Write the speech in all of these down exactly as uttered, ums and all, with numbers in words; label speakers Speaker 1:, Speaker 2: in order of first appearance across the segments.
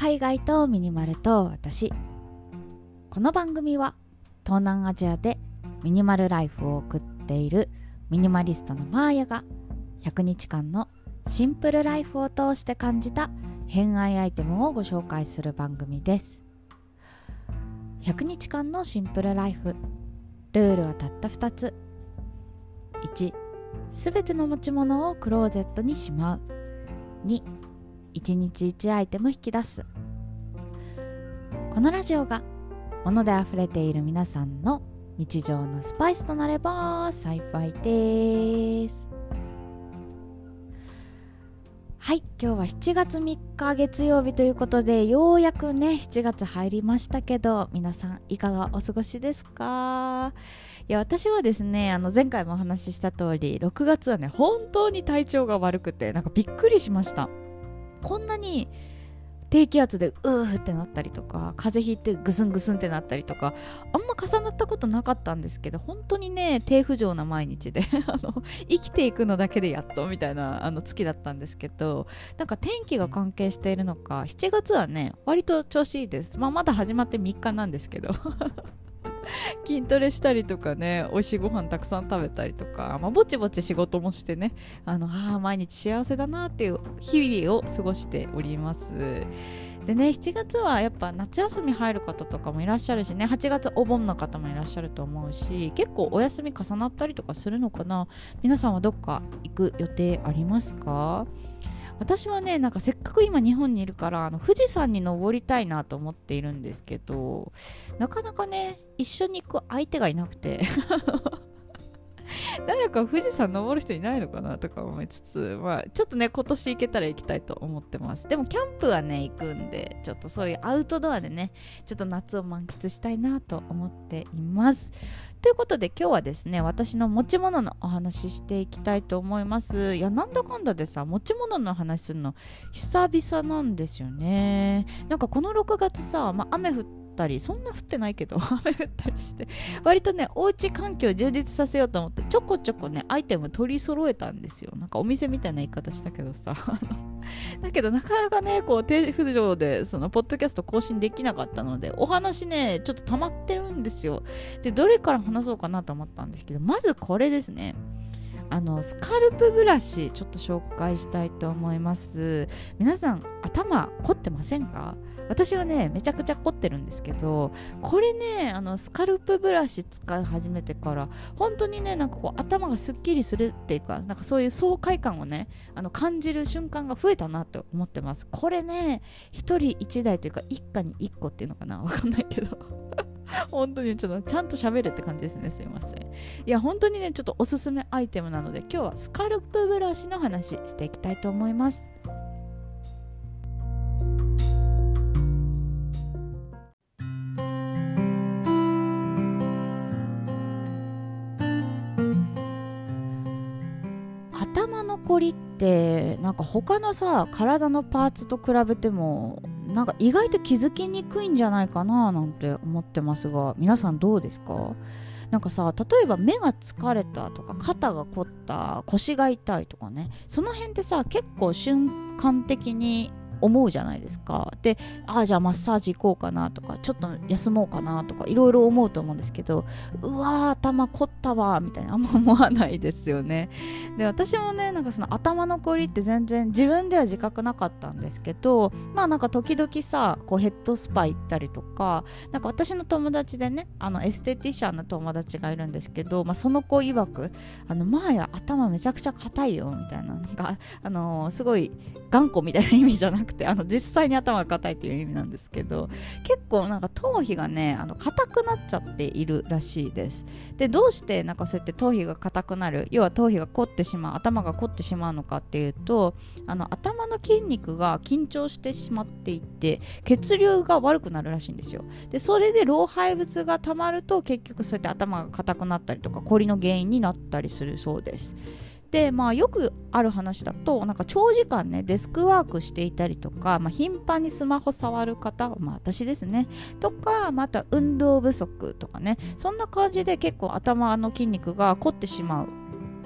Speaker 1: 海外とミニマルと私。この番組は東南アジアでミニマルライフを送っているミニマリストのマーヤがひゃくにちかんのシンプルライフを通して感じた偏愛アイテムをご紹介する番組です。ひゃくにちかんのシンプルライフ、ルールはたったふたつ。いち、すべての持ち物をクローゼットにしまう。に、いちにちいちアイテム引き出す。このラジオが物であふれている皆さんの日常のスパイスとなれば幸いです。はい、今日はしちがつみっか月曜日ということで、ようやくねしちがつ入りましたけど、皆さんいかがお過ごしですか？いや、私はですね、あの前回もお話しした通り、ろくがつはね本当に体調が悪くて、なんかびっくりしました。こんなに低気圧でうーってなったりとか、風邪ひいてグスングスンってなったりとか、あんま重なったことなかったんですけど、本当にね低不調な毎日であの生きていくのだけでやっとみたいなあの月だったんですけど、なんか天気が関係しているのかしちがつはね割と調子いいです。まあまだ始まってみっかなんですけど筋トレしたりとかね、美味しいご飯たくさん食べたりとか、まあ、ぼちぼち仕事もしてね、あのあ毎日幸せだなっていう日々を過ごしております。でね、しちがつはやっぱ夏休み入る方とかもいらっしゃるしね、はちがつお盆の方もいらっしゃると思うし、結構お休み重なったりとかするのかな。皆さんはどっか行く予定ありますか？私はね、なんかせっかく今日本にいるからあの富士山に登りたいなと思っているんですけど、なかなかね一緒に行く相手がいなくて誰か富士山登る人いないのかなとか思いつつ、まあちょっとね今年行けたら行きたいと思ってます。でもキャンプはね行くんで、ちょっとそういうアウトドアでねちょっと夏を満喫したいなと思っています。ということで今日はですね、私の持ち物のお話ししていきたいと思います。いや、なんだかんだでさ持ち物の話するの久々なんですよね。なんかこのろくがつさ、まあ、雨降ってたり、そんな降ってないけど雨降ったりして、割とねおうち環境を充実させようと思ってちょこちょこねアイテム取り揃えたんですよ。なんかお店みたいな言い方したけどさだけどなかなかねこう低不調でそのポッドキャスト更新できなかったので、お話ねちょっと溜まってるんですよ。でどれから話そうかなと思ったんですけど、まずこれですね、あのスカルプブラシちょっと紹介したいと思います。皆さん頭凝ってませんか？私はねめちゃくちゃ凝ってるんですけど、これねあのスカルプブラシ使い始めてから本当にねなんかこう頭がすっきりするっていうか、なんかそういう爽快感をねあの感じる瞬間が増えたなと思ってます。これね一人一台というか一家に一個っていうのかな、わかんないけど本当にちょっとちゃんと喋るって感じですね。すいません。いや本当にねちょっとおすすめアイテムなので、今日はスカルプブラシの話していきたいと思います。頭のこりってなんか他のさ体のパーツと比べてもなんか意外と気づきにくいんじゃないかななんて思ってますが、皆さんどうですか？なんかさ、例えば目が疲れたとか肩が凝った、腰が痛いとかね、その辺ってさ結構瞬間的に思うじゃないですか。で、ああじゃあマッサージ行こうかなとか、ちょっと休もうかなとかいろいろ思うと思うんですけど、うわー頭凝ったわみたいなあんま思わないですよね。で、私もねなんかその頭のこりって全然自分では自覚なかったんですけど、まあなんか時々さこうヘッドスパ行ったりとか、なんか私の友達でねあのエステティシャンの友達がいるんですけど、まあ、その子曰くあの前は頭めちゃくちゃ硬いよみたいな、なんかあのー、すごい頑固みたいな意味じゃなくて、あの実際に頭が硬いっていう意味なんですけど、結構なんか頭皮がねあの硬くなっちゃっているらしいです。で、どうしてなんかそうやって頭皮が硬くなる、要は頭皮が凝ってしまう、頭が凝ってしまうのかっていうと、あの頭の筋肉が緊張してしまっていて血流が悪くなるらしいんですよ。で、それで老廃物がたまると結局そうやって頭が硬くなったりとか凝りの原因になったりするそうです。で、まあよくある話だと、なんか長時間ねデスクワークしていたりとか、まあ、頻繁にスマホ触る方、まあ私ですねとか、また運動不足とかね、そんな感じで結構頭の筋肉が凝ってしまう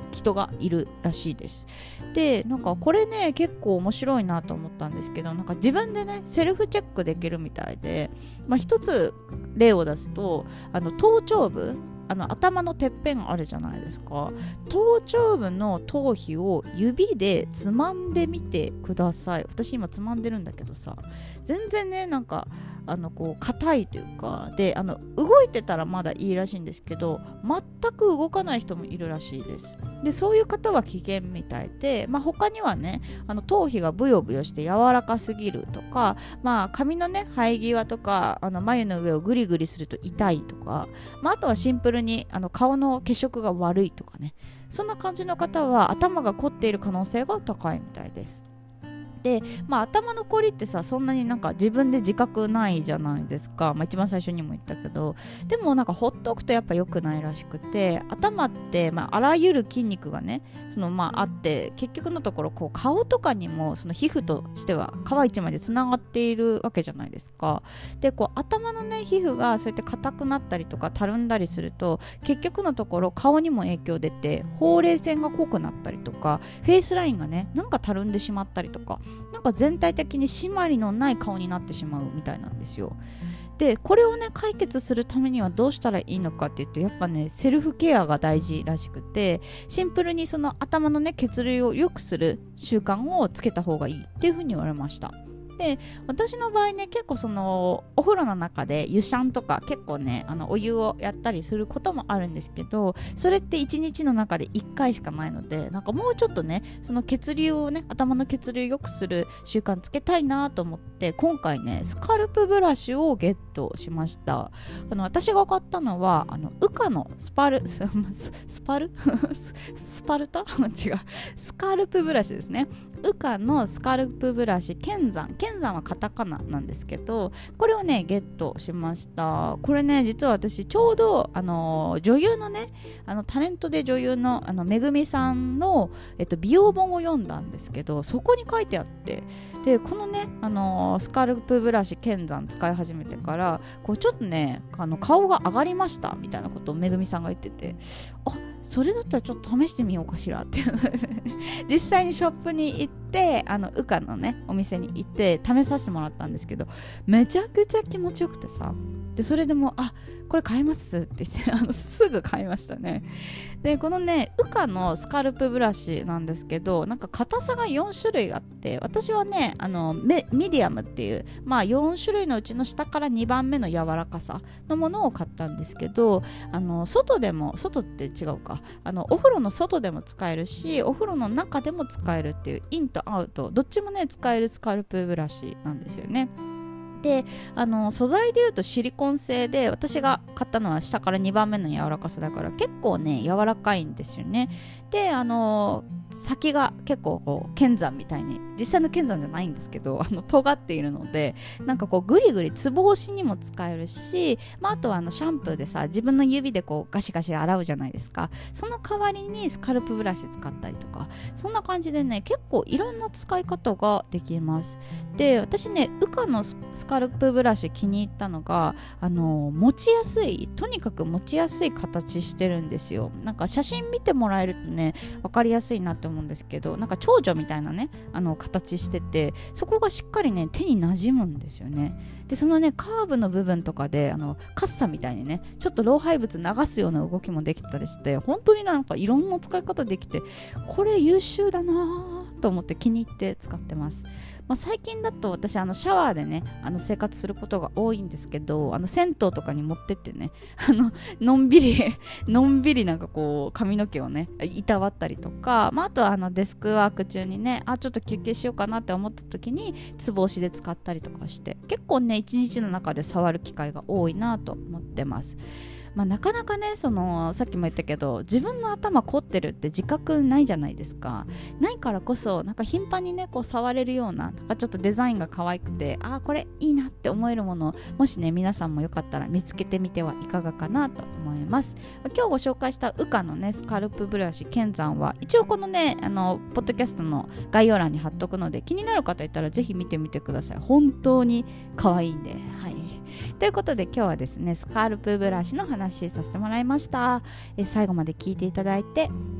Speaker 1: 人がいるらしいです。でなんかこれね結構面白いなと思ったんですけど、なんか自分でねセルフチェックできるみたいで、まあ、一つ例を出すと、あの頭頂部、あの頭のてっぺんあるじゃないですか。頭頂部の頭皮を指でつまんでみてください。私今つまんでるんだけどさ、全然ねなんかあのこう硬いというかで、あの動いてたらまだいいらしいんですけど、全く動かない人もいるらしいです。でそういう方は危険みたいで、まあ、他にはねあの頭皮がブヨブヨして柔らかすぎるとか、まあ、髪のね生え際とかあの眉の上をグリグリすると痛いとか、まあ、あとはシンプルにあの顔の血色が悪いとかね、そんな感じの方は頭が凝っている可能性が高いみたいです。で、まあ、頭のこりってさ、そんなになんか自分で自覚ないじゃないですか、まあ、一番最初にも言ったけど、でもなんかほっとくとやっぱ良くないらしくて、頭って、まあ、あらゆる筋肉がねその、まあ、あって、結局のところこう顔とかにもその皮膚としては皮一枚でつながっているわけじゃないですか。でこう頭のね皮膚がそうやって硬くなったりとかたるんだりすると、結局のところ顔にも影響出て、ほうれい線が濃くなったりとか、フェイスラインがねなんかたるんでしまったりとか、なんか全体的に締まりのない顔になってしまうみたいなんですよ。でこれをね解決するためにはどうしたらいいのかって言って、やっぱねセルフケアが大事らしくて、シンプルにその頭のね血流を良くする習慣をつけた方がいいっていう風に言われました。で私の場合ね結構そのお風呂の中で湯シャンとか結構ねあのお湯をやったりすることもあるんですけど、それっていちにちの中でいっかいしかないので、なんかもうちょっとねその血流をね頭の血流を良くする習慣つけたいなと思って、今回ねスカルプブラシをゲットしました。あの私が買ったのはあのウカのスパルススパルスパルタ違うスカルプブラシですね。ウカのスカルプブラシ剣山、剣山はカタカナなんですけど、これをねゲットしました。これね実は私ちょうどあの女優のねあのタレントで女優のあのめぐみさんの、えっと、美容本を読んだんですけど、そこに書いてあって、でこのねあのスカルプブラシ剣山使い始めてからこうちょっとねあの顔が上がりましたみたいなことをめぐみさんが言ってて、あそれだったらちょっと試してみようかしらって実際にショップに行ってあのウカのねお店に行って試させてもらったんですけど、めちゃくちゃ気持ちよくてさ、でそれでもあこれ買いますって言ってあのすぐ買いましたね。でこのねウカのスカルプブラシなんですけど、なんか硬さがよんしゅるいあって、私はねあのミディアムっていう、まあ、よんしゅるいのうちの下からにばんめの柔らかさのものを買ったんですけど、あの外でも外って違うかあのお風呂の外でも使えるし、お風呂の中でも使えるっていう、インとアウトどっちもね使えるスカルプブラシなんですよね。であの素材でいうとシリコン製で、私が買ったのは下からにばんめの柔らかさだから結構ね柔らかいんですよね。であの先が結構こう剣山みたいに、実際の剣山じゃないんですけどあの尖っているので、なんかこうグリグリつぼ押しにも使えるし、まあ、あとはあのシャンプーでさ自分の指でこうガシガシ洗うじゃないですか。その代わりにスカルプブラシ使ったりとか、そんな感じでね結構いろんな使い方ができます。で私ねウカのスカルプブラシ気に入ったのがあの持ちやすい、とにかく持ちやすい形してるんですよ。なんか写真見てもらえるとね分かりやすいなって思うんですけど、なんか蝶々みたいなねあの形してて、そこがしっかりね手に馴染むんですよね。でそのねカーブの部分とかであのカッサみたいにねちょっと老廃物流すような動きもできたりして、本当になんかいろんな使い方できて、これ優秀だなと思って気に入って使ってます。まあ、最近だと私あのシャワーでねあの生活することが多いんですけど、あの銭湯とかに持ってってねあののんびりのんびりなんかこう髪の毛をねいたわったりとか、まあ、あとはあのデスクワーク中にねあちょっと休憩しようかなって思った時につぼ押しで使ったりとかして、結構ね一日の中で触る機会が多いなと思ってます。まあ、なかなかねそのさっきも言ったけど自分の頭凝ってるって自覚ないじゃないですか。ないからこそなんか頻繁にねこう触れるような、なんかちょっとデザインが可愛くてあこれいいなって思えるものをもしね皆さんもよかったら見つけてみてはいかがかなと思います。今日ご紹介したウカのねスカルプブラシ剣山は一応このねあのポッドキャストの概要欄に貼っとくので、気になる方いたらぜひ見てみてください。本当に可愛いんで、はい。ということで今日はですねスカルプブラシの話させてもらいました。え最後まで聞いていただいて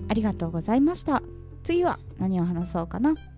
Speaker 1: ありがとうございました。次は何を話そうかな。